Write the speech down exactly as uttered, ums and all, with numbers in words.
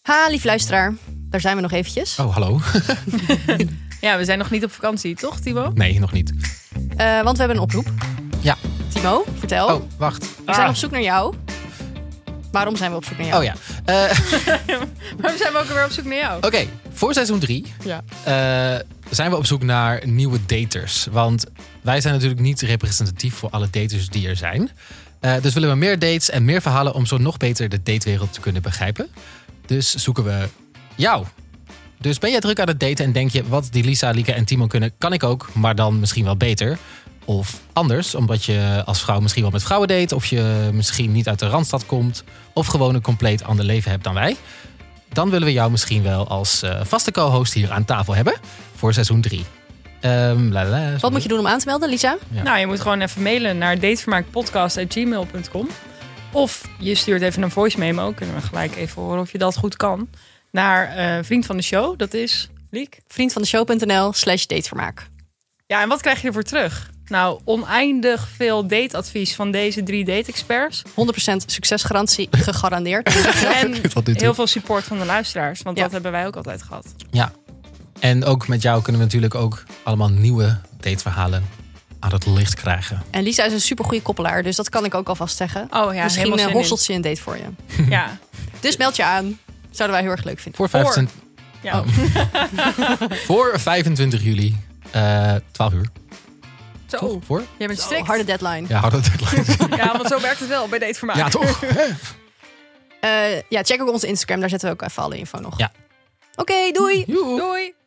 Ha, lief luisteraar. Daar zijn we nog eventjes. Oh, hallo. Ja, we zijn nog niet op vakantie, toch, Timo? Nee, nog niet. Uh, want we hebben een oproep. Ja. Timo, vertel. Oh, wacht. We ah. zijn op zoek naar jou. Waarom zijn we op zoek naar jou? Oh ja. Uh, Waarom zijn we ook weer op zoek naar jou? Oké, okay, voor seizoen drie ja. uh, zijn we op zoek naar nieuwe daters. Want wij zijn natuurlijk niet representatief voor alle daters die er zijn. Uh, dus willen we meer dates en meer verhalen om zo nog beter de datewereld te kunnen begrijpen. Dus zoeken we jou. Dus ben jij druk aan het daten en denk je, wat die Lisa, Lieke en Timo kunnen, kan ik ook, maar dan misschien wel beter. Of anders, omdat je als vrouw misschien wel met vrouwen date, of je misschien niet uit de Randstad komt, of gewoon een compleet ander leven hebt dan wij. Dan willen we jou misschien wel als uh, vaste co-host hier aan tafel hebben voor seizoen drie. Um, lalala, wat moet je doen om aan te melden, Lisa? Ja. Nou, je moet gewoon even mailen naar datevermaakpodcast at gmail dot com. Of je stuurt even een voice memo, kunnen we gelijk even horen of je dat goed kan. Naar uh, Vriend van de Show, dat is Liek. Vriendvandeshow.nl slash datevermaak. Ja, en wat krijg je ervoor terug? Nou, oneindig veel dateadvies van deze drie date-experts. honderd procent succesgarantie gegarandeerd. En heel veel support van de luisteraars, want ja. dat hebben wij ook altijd gehad. Ja, en ook met jou kunnen we natuurlijk ook allemaal nieuwe dateverhalen aan het licht krijgen. En Lisa is een supergoeie koppelaar, dus dat kan ik ook alvast zeggen. Oh ja, misschien uh, horselt ze een date voor je. Ja. Dus meld je aan. Zouden wij heel erg leuk vinden. Voor, vijfentwintig... Ja. oh. Voor vijfentwintig juli, uh, twaalf uur. Zo, toch? Voor? Jij bent zo, strikt. harde deadline. Ja, harde deadline. Ja, want zo werkt het wel bij Datevermaak. Ja, toch? uh, ja, check ook onze Instagram, daar zetten we ook even alle info nog. Ja. Oké, okay, doei. Joe. Doei.